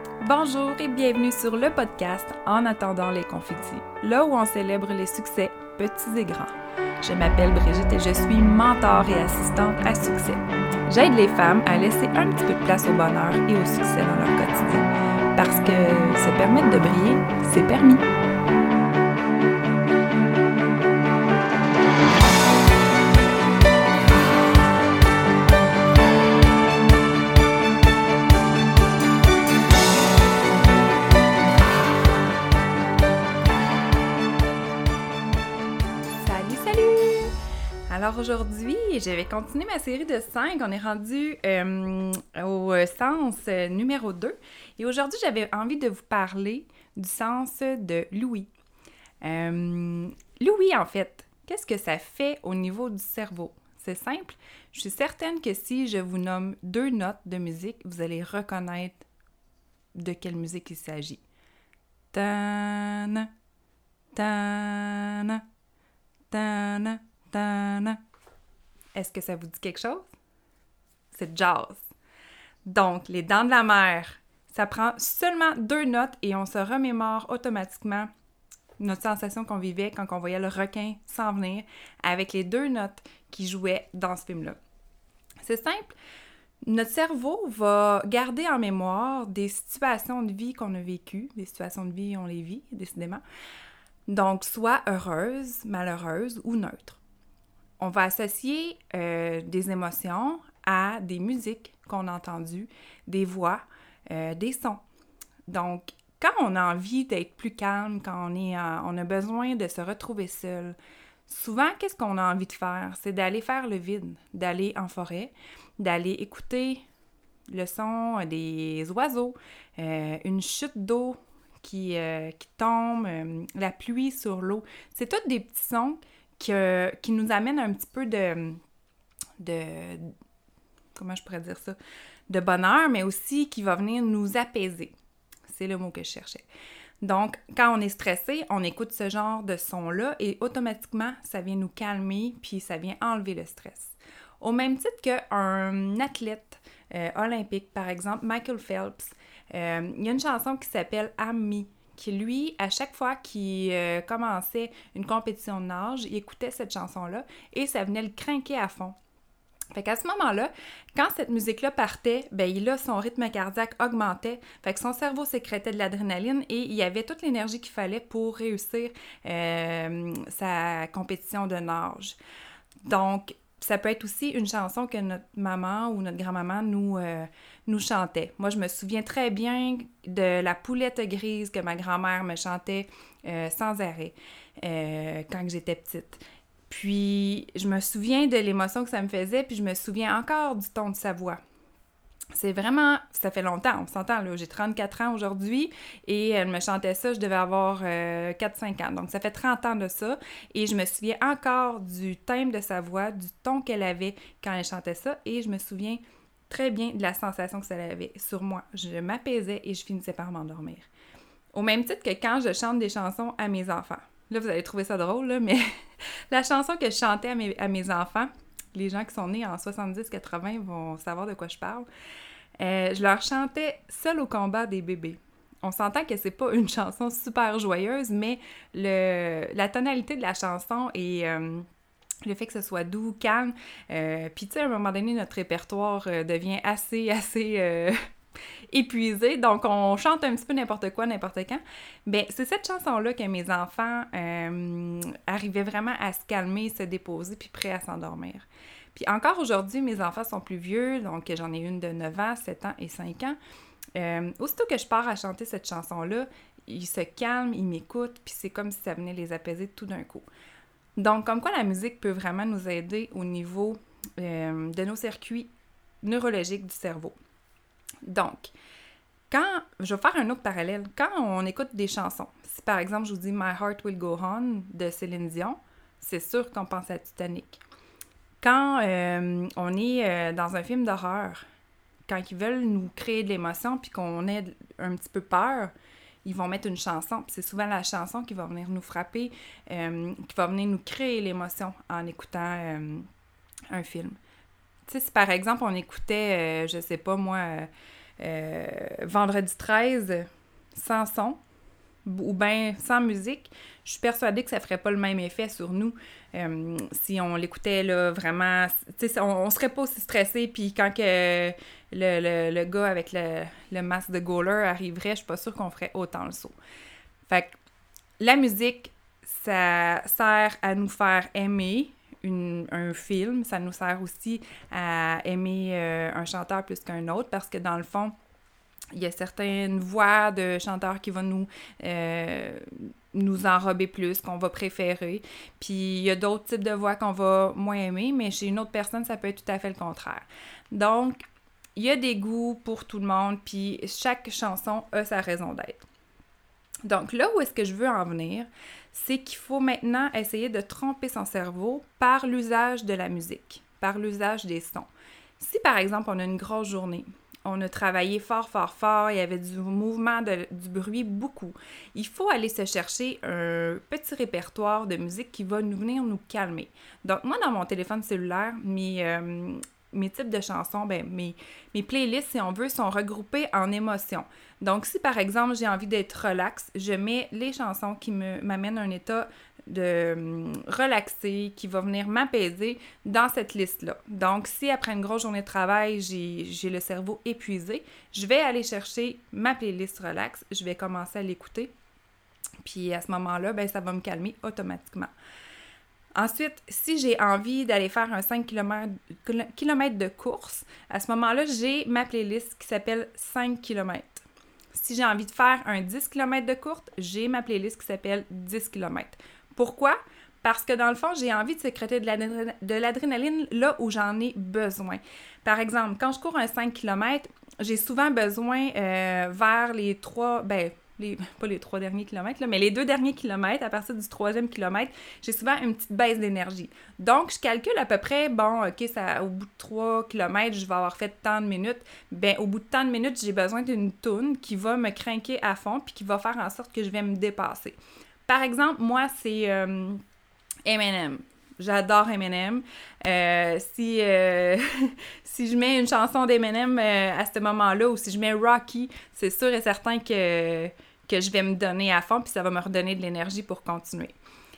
Bonjour et bienvenue sur le podcast En attendant les confettis, là où on célèbre les succès, petits et grands. Je m'appelle Brigitte et je suis mentor et assistante à succès. J'aide les femmes à laisser un petit peu de place au bonheur et au succès dans leur quotidien. Parce que se permettre de briller, c'est permis. Alors aujourd'hui, je vais continuer ma série de 5. On est rendu au sens numéro 2. Et aujourd'hui, j'avais envie de vous parler du sens de l'ouïe. L'ouïe, en fait, qu'est-ce que ça fait au niveau du cerveau? C'est simple. Je suis certaine que si je vous nomme 2 notes de musique, vous allez reconnaître de quelle musique il s'agit. Ta-na, ta-na, ta-na. Ta-na. Est-ce que ça vous dit quelque chose? C'est jazz. Donc, les dents de la mer, ça prend seulement 2 notes et on se remémore automatiquement notre sensation qu'on vivait quand on voyait le requin s'en venir avec les 2 notes qui jouaient dans ce film-là. C'est simple. Notre cerveau va garder en mémoire des situations de vie qu'on a vécues. Des situations de vie, on les vit, décidément. Donc, soit heureuses, malheureuses ou neutres. On va associer des émotions à des musiques qu'on a entendues, des voix, des sons. Donc, quand on a envie d'être plus calme, quand on a besoin de se retrouver seul, souvent, qu'est-ce qu'on a envie de faire? C'est d'aller faire le vide, d'aller en forêt, d'aller écouter le son des oiseaux, une chute d'eau qui tombe, la pluie sur l'eau. C'est tous des petits sons qui nous amène un petit peu de comment je pourrais dire ça? De bonheur, mais aussi qui va venir nous apaiser. C'est le mot que je cherchais. Donc, quand on est stressé, on écoute ce genre de son-là et automatiquement, ça vient nous calmer puis ça vient enlever le stress. Au même titre qu'un athlète olympique, par exemple, Michael Phelps, il y a une chanson qui s'appelle « I'm Me », qui, lui, à chaque fois qu'il commençait une compétition de nage, il écoutait cette chanson-là et ça venait le crinquer à fond. Fait qu'à ce moment-là, quand cette musique-là partait, son rythme cardiaque augmentait, fait que son cerveau sécrétait de l'adrénaline et il y avait toute l'énergie qu'il fallait pour réussir sa compétition de nage. Donc, ça peut être aussi une chanson que notre maman ou notre grand-maman nous chantait. Moi, je me souviens très bien de la poulette grise que ma grand-mère me chantait sans arrêt quand j'étais petite. Puis, je me souviens de l'émotion que ça me faisait, puis je me souviens encore du ton de sa voix. C'est vraiment... Ça fait longtemps, on s'entend, là. J'ai 34 ans aujourd'hui et elle me chantait ça, je devais avoir 4-5 ans. Donc, ça fait 30 ans de ça et je me souviens encore du timbre de sa voix, du ton qu'elle avait quand elle chantait ça et je me souviens très bien de la sensation que ça avait sur moi. Je m'apaisais et je finissais par m'endormir. Au même titre que quand je chante des chansons à mes enfants. Là, vous allez trouver ça drôle, là, mais la chanson que je chantais à mes enfants, les gens qui sont nés en 70-80 vont savoir de quoi je parle. Je leur chantais « Seul au combat des bébés ». On s'entend que c'est pas une chanson super joyeuse, mais la tonalité de la chanson et le fait que ce soit doux, calme. Puis tu sais, à un moment donné, notre répertoire devient assez épuisé, donc on chante un petit peu n'importe quoi, n'importe quand. Bien, c'est cette chanson-là que mes enfants arrivaient vraiment à se calmer, se déposer, puis prêts à s'endormir. Puis encore aujourd'hui, mes enfants sont plus vieux, donc j'en ai une de 9 ans, 7 ans et 5 ans. Aussitôt que je pars à chanter cette chanson-là, ils se calment, ils m'écoutent, puis c'est comme si ça venait les apaiser tout d'un coup. Donc, comme quoi la musique peut vraiment nous aider au niveau de nos circuits neurologiques du cerveau. Donc, je vais faire un autre parallèle. Quand on écoute des chansons, si par exemple je vous dis « My Heart Will Go On » de Céline Dion, c'est sûr qu'on pense à Titanic. Quand on est dans un film d'horreur, quand ils veulent nous créer de l'émotion puis qu'on ait un petit peu peur, ils vont mettre une chanson. Puis c'est souvent la chanson qui va venir nous frapper, qui va venir nous créer l'émotion en écoutant un film. Tu sais, si par exemple on écoutait, je sais pas moi, Vendredi 13 sans son ou bien sans musique, je suis persuadée que ça ferait pas le même effet sur nous si on l'écoutait là vraiment, tu sais, on serait pas aussi stressé, puis quand que le gars avec le masque de goaler arriverait, je suis pas sûre qu'on ferait autant le saut. Fait que la musique, ça sert à nous faire aimer un film, ça nous sert aussi à aimer un chanteur plus qu'un autre, parce que dans le fond, il y a certaines voix de chanteurs qui vont nous enrober plus, qu'on va préférer. Puis il y a d'autres types de voix qu'on va moins aimer, mais chez une autre personne, ça peut être tout à fait le contraire. Donc, il y a des goûts pour tout le monde, puis chaque chanson a sa raison d'être. Donc là où est-ce que je veux en venir, c'est qu'il faut maintenant essayer de tromper son cerveau par l'usage de la musique, par l'usage des sons. Si par exemple on a une grosse journée, on a travaillé fort, il y avait du mouvement, du bruit, beaucoup. Il faut aller se chercher un petit répertoire de musique qui va venir nous calmer. Donc moi, dans mon téléphone cellulaire, mes types de chansons, mes playlists, si on veut, sont regroupées en émotions. Donc, si par exemple, j'ai envie d'être relax, je mets les chansons qui m'amènent à un état de relaxé, qui va venir m'apaiser dans cette liste-là. Donc, si après une grosse journée de travail, j'ai le cerveau épuisé, je vais aller chercher ma playlist relax, je vais commencer à l'écouter, puis à ce moment-là, ça va me calmer automatiquement. Ensuite, si j'ai envie d'aller faire un 5 km de course, à ce moment-là, j'ai ma playlist qui s'appelle 5 km. Si j'ai envie de faire un 10 km de course, j'ai ma playlist qui s'appelle 10 km. Pourquoi? Parce que dans le fond, j'ai envie de sécréter de l'adrénaline là où j'en ai besoin. Par exemple, quand je cours un 5 km, j'ai souvent besoin vers les 3... pas les 3 derniers kilomètres, là, mais les 2 derniers kilomètres, à partir du 3e kilomètre, j'ai souvent une petite baisse d'énergie. Donc, je calcule à peu près, au bout de 3 kilomètres, je vais avoir fait tant de minutes. Au bout de tant de minutes, j'ai besoin d'une toune qui va me craquer à fond puis qui va faire en sorte que je vais me dépasser. Par exemple, moi, c'est Eminem. J'adore Eminem. Si je mets une chanson d'Eminem à ce moment-là, ou si je mets Rocky, c'est sûr et certain que je vais me donner à fond, puis ça va me redonner de l'énergie pour continuer.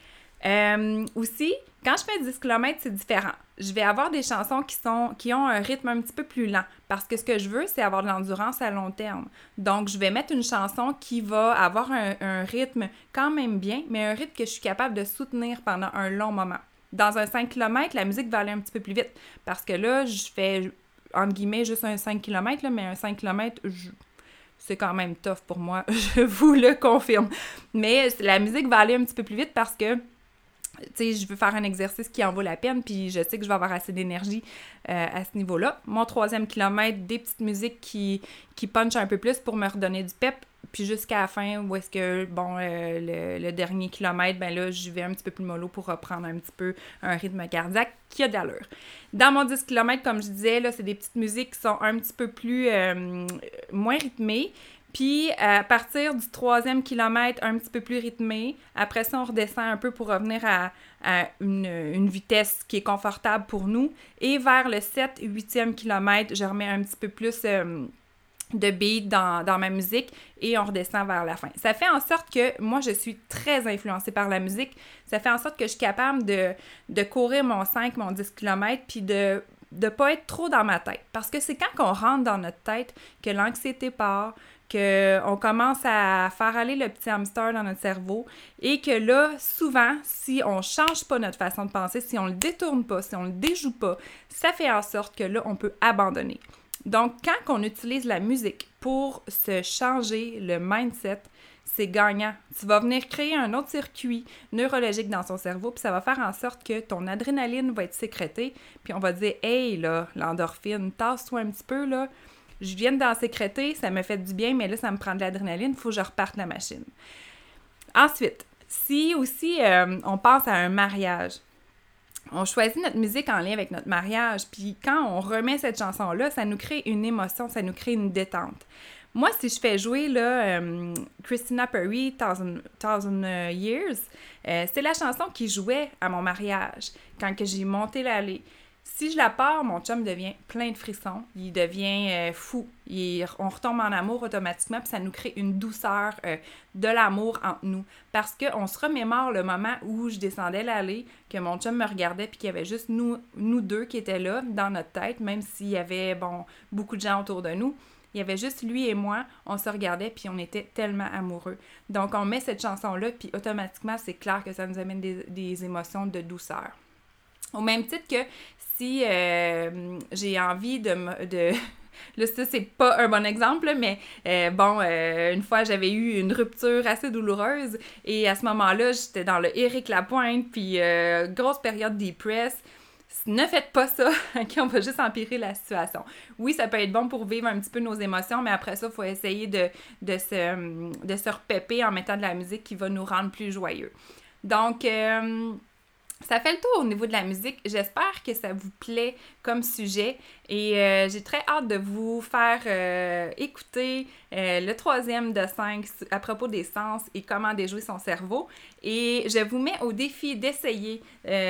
Aussi, quand je fais 10 km, c'est différent. Je vais avoir des chansons qui ont un rythme un petit peu plus lent, parce que ce que je veux, c'est avoir de l'endurance à long terme. Donc, je vais mettre une chanson qui va avoir un rythme quand même bien, mais un rythme que je suis capable de soutenir pendant un long moment. Dans un 5 km, la musique va aller un petit peu plus vite, parce que là, je fais, entre guillemets, juste un 5 km, là, mais un 5 km, c'est quand même tough pour moi, je vous le confirme. Mais la musique va aller un petit peu plus vite parce que, tu sais, je veux faire un exercice qui en vaut la peine, puis je sais que je vais avoir assez d'énergie à ce niveau-là. Mon 3e kilomètre, des petites musiques qui punchent un peu plus pour me redonner du pep, puis jusqu'à la fin, où est-ce que, le dernier kilomètre, là, je vais un petit peu plus mollo pour reprendre un petit peu un rythme cardiaque qui a de l'allure. Dans mon 10 km, comme je disais, là, c'est des petites musiques qui sont un petit peu plus moins rythmées. Puis, à partir du 3e kilomètre, un petit peu plus rythmé. Après ça, on redescend un peu pour revenir à une vitesse qui est confortable pour nous. Et vers le 7-8e kilomètre, je remets un petit peu plus de beat dans ma musique et on redescend vers la fin. Ça fait en sorte que moi, je suis très influencée par la musique. Ça fait en sorte que je suis capable de courir mon 5, mon 10 km puis de pas être trop dans ma tête. Parce que c'est quand on rentre dans notre tête que l'anxiété part, qu'on commence à faire aller le petit hamster dans notre cerveau et que là, souvent, si on change pas notre façon de penser, si on le détourne pas, si on le déjoue pas, ça fait en sorte que là, on peut abandonner. Donc, quand on utilise la musique pour se changer le mindset, c'est gagnant. Tu vas venir créer un autre circuit neurologique dans son cerveau, puis ça va faire en sorte que ton adrénaline va être sécrétée, puis on va dire « Hey, là, l'endorphine, tasse-toi un petit peu, là. Je viens d'en sécréter, ça me fait du bien, mais là, ça me prend de l'adrénaline, il faut que je reparte la machine. » Ensuite, si aussi on pense à un mariage, on choisit notre musique en lien avec notre mariage, puis quand on remet cette chanson-là, ça nous crée une émotion, ça nous crée une détente. Moi, si je fais jouer là, Christina Perri, Thousand Years, c'est la chanson qui jouait à mon mariage, quand que j'ai monté l'allée. Si je la pars, mon chum devient plein de frissons, il devient fou. On retombe en amour automatiquement, puis ça nous crée une douceur, de l'amour entre nous. Parce qu'on se remémore le moment où je descendais l'allée, que mon chum me regardait, puis qu'il y avait juste nous deux qui étaient là, dans notre tête, même s'il y avait, beaucoup de gens autour de nous. Il y avait juste lui et moi, on se regardait, puis on était tellement amoureux. Donc, on met cette chanson-là, puis automatiquement, c'est clair que ça nous amène des émotions de douceur. Au même titre que si j'ai envie de là, ça, c'est pas un bon exemple, mais une fois, j'avais eu une rupture assez douloureuse et à ce moment-là, j'étais dans le Éric Lapointe, puis grosse période depress. Ne faites pas ça, OK? On va juste empirer la situation. Oui, ça peut être bon pour vivre un petit peu nos émotions, mais après ça, il faut essayer de se repéper en mettant de la musique qui va nous rendre plus joyeux. Donc, ça fait le tour au niveau de la musique. J'espère que ça vous plaît comme sujet et j'ai très hâte de vous faire écouter le 3e de 5 à propos des sens et comment déjouer son cerveau. Et je vous mets au défi d'essayer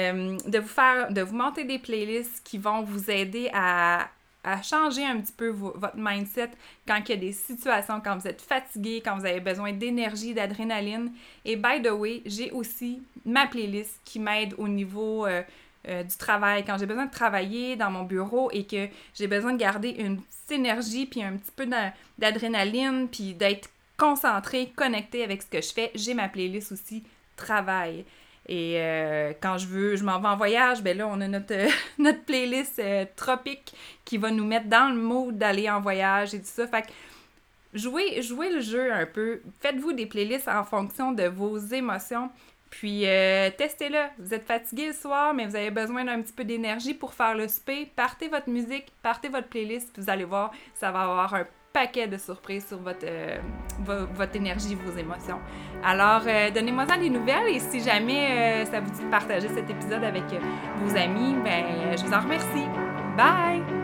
de vous monter des playlists qui vont vous aider à changer un petit peu votre mindset quand il y a des situations, quand vous êtes fatigué, quand vous avez besoin d'énergie, d'adrénaline. Et by the way, j'ai aussi ma playlist qui m'aide au niveau du travail. Quand j'ai besoin de travailler dans mon bureau et que j'ai besoin de garder une petite énergie puis un petit peu d'adrénaline puis d'être concentrée, connectée avec ce que je fais, j'ai ma playlist aussi travail. Et quand je m'en vais en voyage, ben là, on a notre playlist tropique qui va nous mettre dans le mood d'aller en voyage et tout ça. Fait que jouez le jeu un peu. Faites-vous des playlists en fonction de vos émotions. Puis testez-le. Vous êtes fatigué le soir, mais vous avez besoin d'un petit peu d'énergie pour faire le souper. Partez votre musique, partez votre playlist, puis vous allez voir, ça va avoir un paquet de surprises sur votre énergie, vos émotions. Alors, donnez-moi-en des nouvelles et si jamais ça vous dit de partager cet épisode avec vos amis, ben je vous en remercie. Bye!